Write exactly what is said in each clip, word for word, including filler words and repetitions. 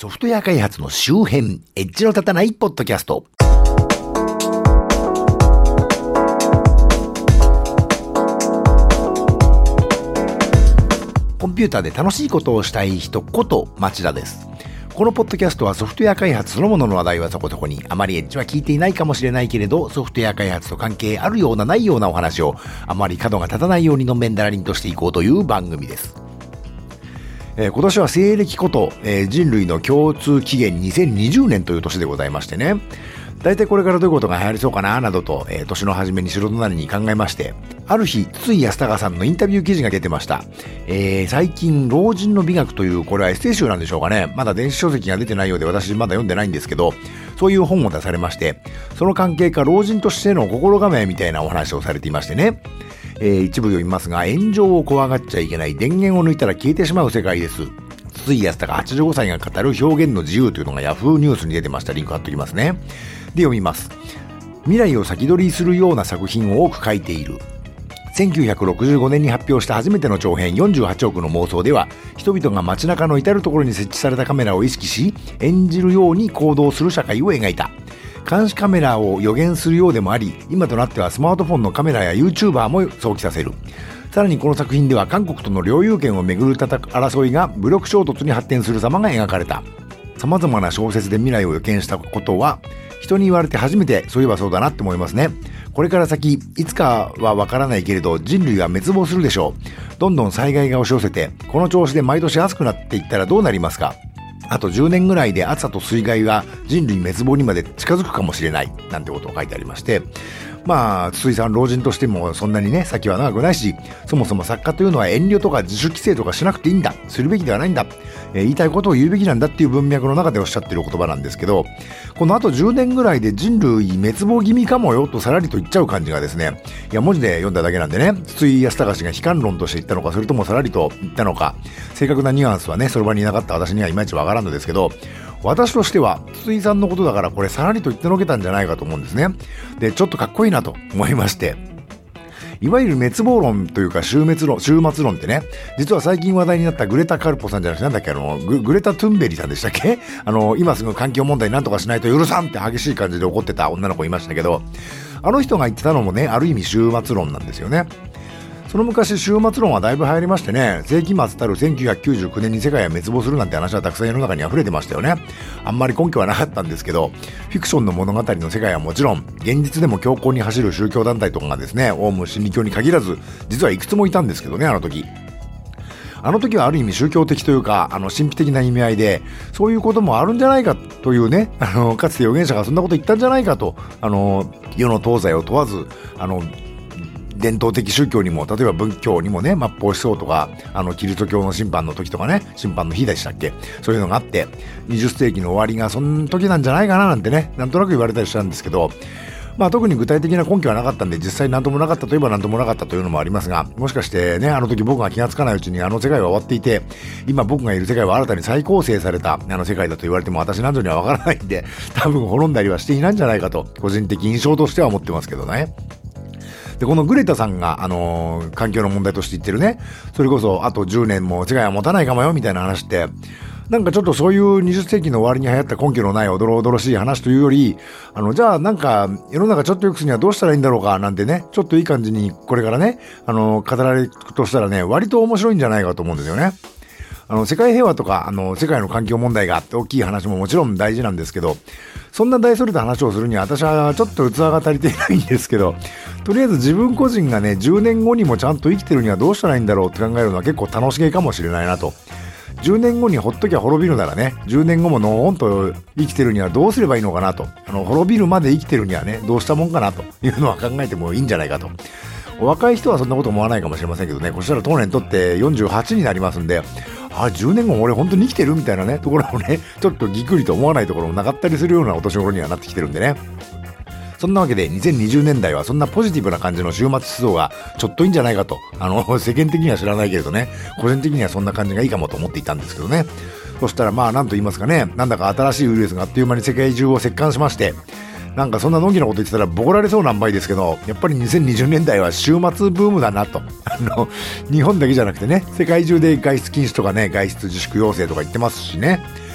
ソフトウェア開発の周辺、エッジの立たないポッドキャスト。コンピューターで楽しいことをしたい人こと町田です。このポッドキャストはソフトウェア開発そのものの話題はそこそこに、あまりエッジは聞いていないかもしれないけれど、ソフトウェア開発と関係あるようなないようなお話を、あまり角が立たないようにのんべんだらりんとしていこうという番組です。えー、今年は西暦こと、えー、人類の共通起源にせんにじゅうねんという年でございましてね。大体これからどういうことが流行りそうかななどと、えー、年の初めに素人なりに考えまして、ある日筒井康隆さんのインタビュー記事が出てました。えー、最近老人の美学という、これはエッセイ集なんでしょうかね。まだ電子書籍が出てないようで私まだ読んでないんですけど、そういう本を出されまして、その関係か老人としての心構えみたいなお話をされていましてね。えー、一部読みますが、炎上を怖がっちゃいけない、電源を抜いたら消えてしまう世界です。筒井康隆はちじゅうごさいが語る表現の自由というのがヤフーニュースに出てました。リンク貼っておきますね。で、読みます。未来を先取りするような作品を多く書いている。せんきゅうひゃくろくじゅうごねんに発表した初めての長編よんじゅうはちおくの妄想では、人々が街中の至るところに設置されたカメラを意識し、演じるように行動する社会を描いた。監視カメラを予言するようでもあり、今となってはスマートフォンのカメラや YouTuber も想起させる。さらにこの作品では韓国との領有権をめぐる争いが武力衝突に発展する様が描かれた。様々な小説で未来を予見したことは、人に言われて初めてそういえばそうだなって思いますね。これから先、いつかはわからないけれど人類は滅亡するでしょう。どんどん災害が押し寄せて、この調子で毎年暑くなっていったらどうなりますか。あとじゅうねんぐらいで暑さと水害が人類滅亡にまで近づくかもしれないなんてことを書いてありまして、まあ筒井さん老人としてもそんなにね先は長くないし、そもそも作家というのは遠慮とか自主規制とかしなくていいんだ、するべきではないんだ、えー、言いたいことを言うべきなんだっていう文脈の中でおっしゃってる言葉なんですけど、このあとじゅうねんぐらいで人類滅亡気味かもよとさらりと言っちゃう感じがですね、いや文字で読んだだけなんでね、筒井康隆氏が悲観論として言ったのか、それともさらりと言ったのか、正確なニュアンスはねその場にいなかった私にはいまいちわからんのですけど、私としては筒井さんのことだからこれさらりと言ってのけたんじゃないかと思うんですね。で、ちょっとかっこいいなと思いまして、いわゆる滅亡論というか終滅論、終末論ってね、実は最近話題になったグレタ・カルポさんじゃなくてなんだっけ、あの グ, グレタ・トゥンベリさんでしたっけ、あの今すぐ環境問題なんとかしないと許さんって激しい感じで怒ってた女の子いましたけど、あの人が言ってたのもね、ある意味終末論なんですよね。その昔終末論はだいぶ流行りましてね、世紀末たるせんきゅうひゃくきゅうじゅうきゅうねんに世界は滅亡するなんて話はたくさん世の中に溢れてましたよね。あんまり根拠はなかったんですけど、フィクションの物語の世界はもちろん、現実でも強硬に走る宗教団体とかがですね、オウム真理教に限らず実はいくつもいたんですけどね、あの時あの時はある意味宗教的というか、あの神秘的な意味合いで、そういうこともあるんじゃないかというね、あのかつて預言者がそんなこと言ったんじゃないかと、あの世の東西を問わず、あの伝統的宗教にも、例えば仏教にもね、末法思想とか、あのキリスト教の審判の時とかね、審判の日でしたっけ、そういうのがあって、にじゅっせいきの終わりがその時なんじゃないかななんてね、なんとなく言われたりしたんですけど、まあ特に具体的な根拠はなかったんで、実際なんともなかったといえばなんともなかったというのもありますが、もしかしてね、あの時僕が気がつかないうちにあの世界は終わっていて、今僕がいる世界は新たに再構成されたあの世界だと言われても私などにはわからないんで、多分滅んだりはしていないんじゃないかと、個人的印象としては思ってますけどね。で、このグレタさんが、あのー、環境の問題として言ってるね、それこそあとじゅうねんも世界は持たないかもよみたいな話って、なんかちょっとそういうにじゅっせいきの終わりに流行った根拠のないおどろおどろしい話というより、あの、じゃあなんか世の中ちょっと良くするにはどうしたらいいんだろうかなんてね、ちょっといい感じにこれからね、あのー、語られるとしたらね、割と面白いんじゃないかと思うんですよね。あの世界平和とかあの世界の環境問題があって大きい話ももちろん大事なんですけど、そんな大それた話をするには私はちょっと器が足りていないんですけど、とりあえず自分個人がねじゅうねんごにもちゃんと生きてるにはどうしたらいいんだろうって考えるのは結構楽しげかもしれないなと。じゅうねんごにほっときゃ滅びるならね、じゅうねんごものーんと生きてるにはどうすればいいのかなと、あの滅びるまで生きてるにはねどうしたもんかなというのは考えてもいいんじゃないかと。お若い人はそんなこと思わないかもしれませんけどね、こちら当年とってよんじゅうはちになりますんで、あ、じゅうねんご俺本当に生きてるみたいなねところをね、ちょっとぎっくりと思わないところもなかったりするようなお年頃にはなってきてるんでね。そんなわけでにせんにじゅうねんだいはそんなポジティブな感じの週末思想がちょっといいんじゃないかと、あの世間的には知らないけれどね、個人的にはそんな感じがいいかもと思っていたんですけどね。そしたらまあなんと言いますかね、なんだか新しいウイルスがあっという間に世界中を席巻しまして、なんかそんなのんきなこと言ってたらボコられそうな塩梅ですけど、やっぱりにせんにじゅうねんだいは週末ブームだなと。あの日本だけじゃなくてね、世界中で外出禁止とかね、外出自粛要請とか言ってますしね。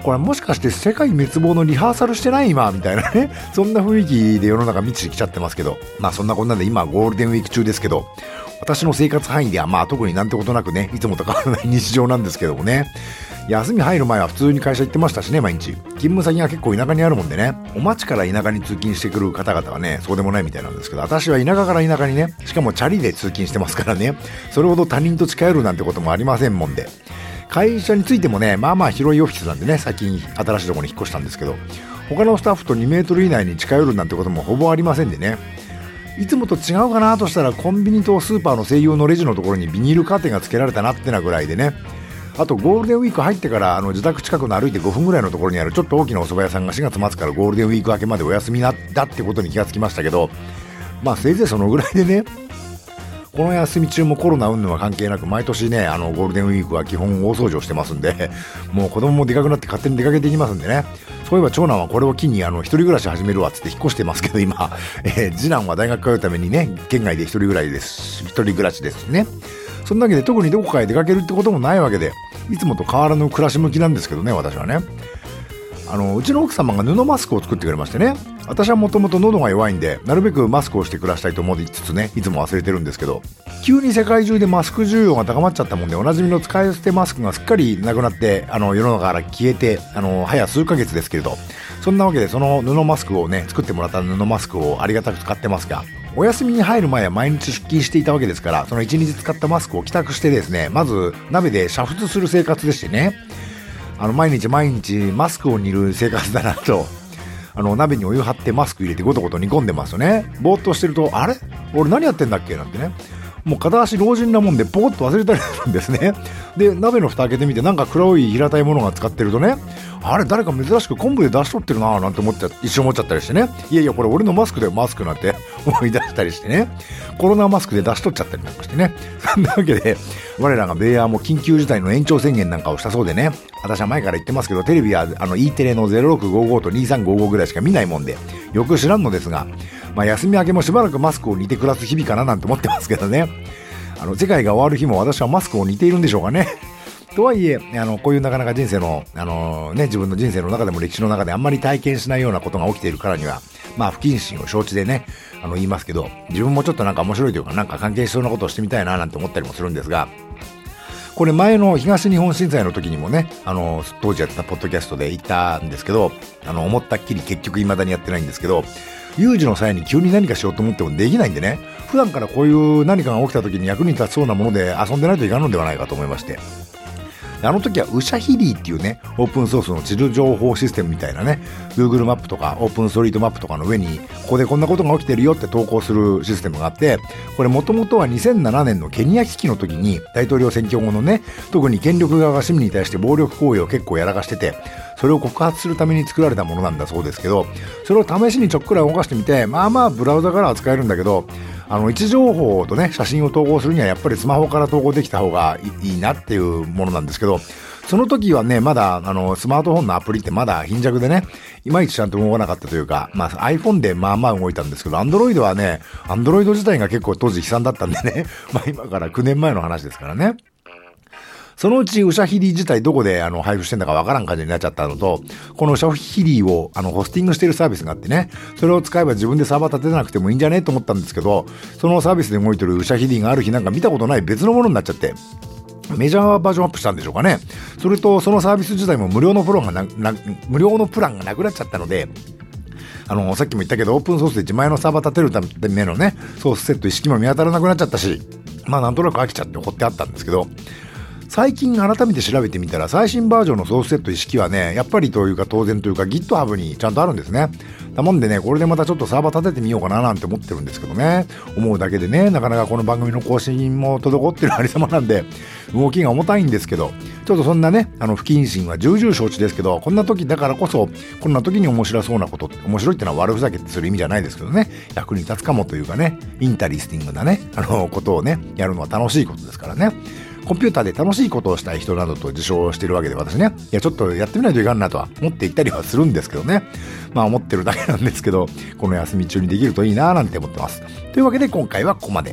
これもしかして世界滅亡のリハーサルしてない今みたいなね、そんな雰囲気で世の中満ちてきちゃってますけど、まあそんなこんなで今ゴールデンウィーク中ですけど、私の生活範囲ではまあ特になんてことなくね、いつもと変わらない日常なんですけどもね、休み入る前は普通に会社行ってましたしね、毎日。勤務先が結構田舎にあるもんでね、お町から田舎に通勤してくる方々はね、そうでもないみたいなんですけど、私は田舎から田舎にね、しかもチャリで通勤してますからね、それほど他人と近寄るなんてこともありませんもんで。会社についてもね、まあまあ広いオフィスなんでね、先に新しいところに引っ越したんですけど、他のスタッフとにメートル以内に近寄るなんてこともほぼありませんでね、いつもと違うかなとしたらコンビニとスーパーの専用のレジのところにビニールカーテンがつけられたなってなぐらいでね、あとゴールデンウィーク入ってからあの自宅近くの歩いてごふんぐらいのところにあるちょっと大きなお蕎麦屋さんがしがつ末からゴールデンウィーク明けまでお休みだってことに気がつきましたけど、まあせいぜいそのぐらいでね、この休み中もコロナ云々は関係なく毎年ね、あのゴールデンウィークは基本大掃除をしてますんで、もう子供もでかくなって勝手に出かけていきますんでね。そういえば長男はこれを機にあの一人暮らし始めるわっつって引っ越してますけど今、えー、次男は大学通うためにね、県外で一人暮らしです。一人暮らしですね。そんなわけで特にどこかへ出かけるってこともないわけで、いつもと変わらぬ暮らし向きなんですけどね、私はね。あのうちの奥様が布マスクを作ってくれましてね、私はもともと喉が弱いんでなるべくマスクをして暮らしたいと思いつつね、いつも忘れてるんですけど、急に世界中でマスク需要が高まっちゃったもんで、おなじみの使い捨てマスクがすっかりなくなって、あの世の中から消えて、あの早数ヶ月ですけれど、そんなわけでその布マスクをね、作ってもらった布マスクをありがたく使ってますが、お休みに入る前は毎日出勤していたわけですから、そのいちにち使ったマスクを帰宅してですね、まず鍋で煮沸する生活でしてね、あの毎日毎日マスクを煮る生活だなと、あの鍋にお湯張ってマスク入れてゴトゴト煮込んでますよね。ぼーっとしてると、あれ俺何やってんだっけなんてね、もう片足老人なもんでポーッと忘れたりするんですね。で鍋の蓋開けてみて、なんか黒い平たいものが使ってるとね、あれ誰か珍しく昆布で出しとってるなーなんて思っちゃ一瞬思っちゃったりしてね、いやいやこれ俺のマスクだよマスクなんて思い出したりしてね、コロナマスクで出しとっちゃったりなんかしてね、そんなわけで我らがベイヤーも緊急事態の延長宣言なんかをしたそうでね、私は前から言ってますけど、テレビはあの E テレのゼロろくごごとにさんごごぐらいしか見ないもんでよく知らんのですが、まあ、休み明けもしばらくマスクを煮て暮らす日々かななんて思ってますけどね、あの世界が終わる日も私はマスクを煮ているんでしょうかね。とはいえ、あのこういうなかなか人生の、あのーね、自分の人生の中でも歴史の中であんまり体験しないようなことが起きているからには、まあ不謹慎を承知でね、あの言いますけど、自分もちょっとなんか面白いというか、なんか関係しそうなことをしてみたいななんて思ったりもするんですが、これ前の東日本震災の時にもね、あの当時やってたポッドキャストで言ったんですけど、あの思ったっきり結局未だにやってないんですけど、有事の際に急に何かしようと思ってもできないんでね、普段からこういう何かが起きた時に役に立ちそうなもので遊んでないといかんのではないかと思いまして、あの時はウシャヒリーっていうね、オープンソースの地図情報システムみたいなね、Google マップとかオープンストリートマップとかの上に、ここでこんなことが起きてるよって投稿するシステムがあって、これもともとはにせんななねんのケニア危機の時に大統領選挙後のね、特に権力側が市民に対して暴力行為を結構やらかしてて、それを告発するために作られたものなんだそうですけど、それを試しにちょっくら動かしてみて、まあまあブラウザからは使えるんだけど、あの位置情報とね、写真を投稿するにはやっぱりスマホから投稿できた方がいいなっていうものなんですけど、その時はね、まだあのスマートフォンのアプリってまだ貧弱でね、いまいちちゃんと動かなかったというか、まあ iPhone でまあまあ動いたんですけど、Android はね、Android 自体が結構当時悲惨だったんでね、まあ今からきゅうねんまえの話ですからね。そのうちウシャヒリー自体どこであの配布してんだかわからん感じになっちゃったのと、このウシャヒリーをあのホスティングしてるサービスがあってね、それを使えば自分でサーバー立てなくてもいいんじゃねと思ったんですけど、そのサービスで動いてるウシャヒリーがある日なんか見たことない別のものになっちゃって、メジャーバージョンアップしたんでしょうかね。それとそのサービス自体も無料のプランがなな無料のプランがなくなっちゃったので、あのさっきも言ったけどオープンソースで自前のサーバー立てるためのね、ソースセット一式も見当たらなくなっちゃったし、まあなんとなく飽きちゃって放ってあったんですけど、最近改めて調べてみたら最新バージョンのソースセット一式はね、やっぱりというか当然というか GitHub にちゃんとあるんですね。だもんでね、これでまたちょっとサーバー立ててみようかななんて思ってるんですけどね、思うだけでね、なかなかこの番組の更新も滞ってるありさまなんで動きが重たいんですけど、ちょっとそんなね、あの不謹慎は重々承知ですけど、こんな時だからこそ、こんな時に面白そうなこと、面白いってのは悪ふざけってする意味じゃないですけどね、役に立つかもというかね、インタリスティングなね、あのことをねやるのは楽しいことですからね。コンピューターで楽しいことをしたい人などと自称しているわけで、私ね、いやちょっとやってみないといかんなとは思っていったりはするんですけどね、まあ思ってるだけなんですけど、この休み中にできるといいななんて思ってます。というわけで今回はここまで。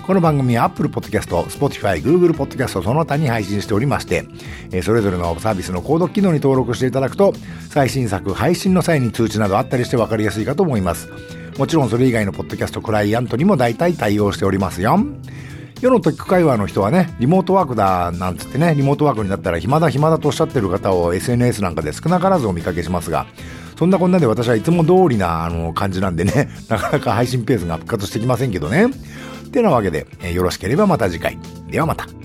この番組は Apple Podcast、Spotify、Google Podcast その他に配信しておりまして、えー、それぞれのサービスの購読機能に登録していただくと、最新作配信の際に通知などあったりして分かりやすいかと思います。もちろんそれ以外のポッドキャストクライアントにも大体対応しておりますよ。世のテック会話の人はね、リモートワークだなんつってね、リモートワークになったら暇だ暇だとおっしゃってる方を エスエヌエス なんかで少なからずお見かけしますが、そんなこんなで私はいつも通りなあの感じなんでね、なかなか配信ペースが復活してきませんけどね。ってなわけで、えー、よろしければまた次回。ではまた。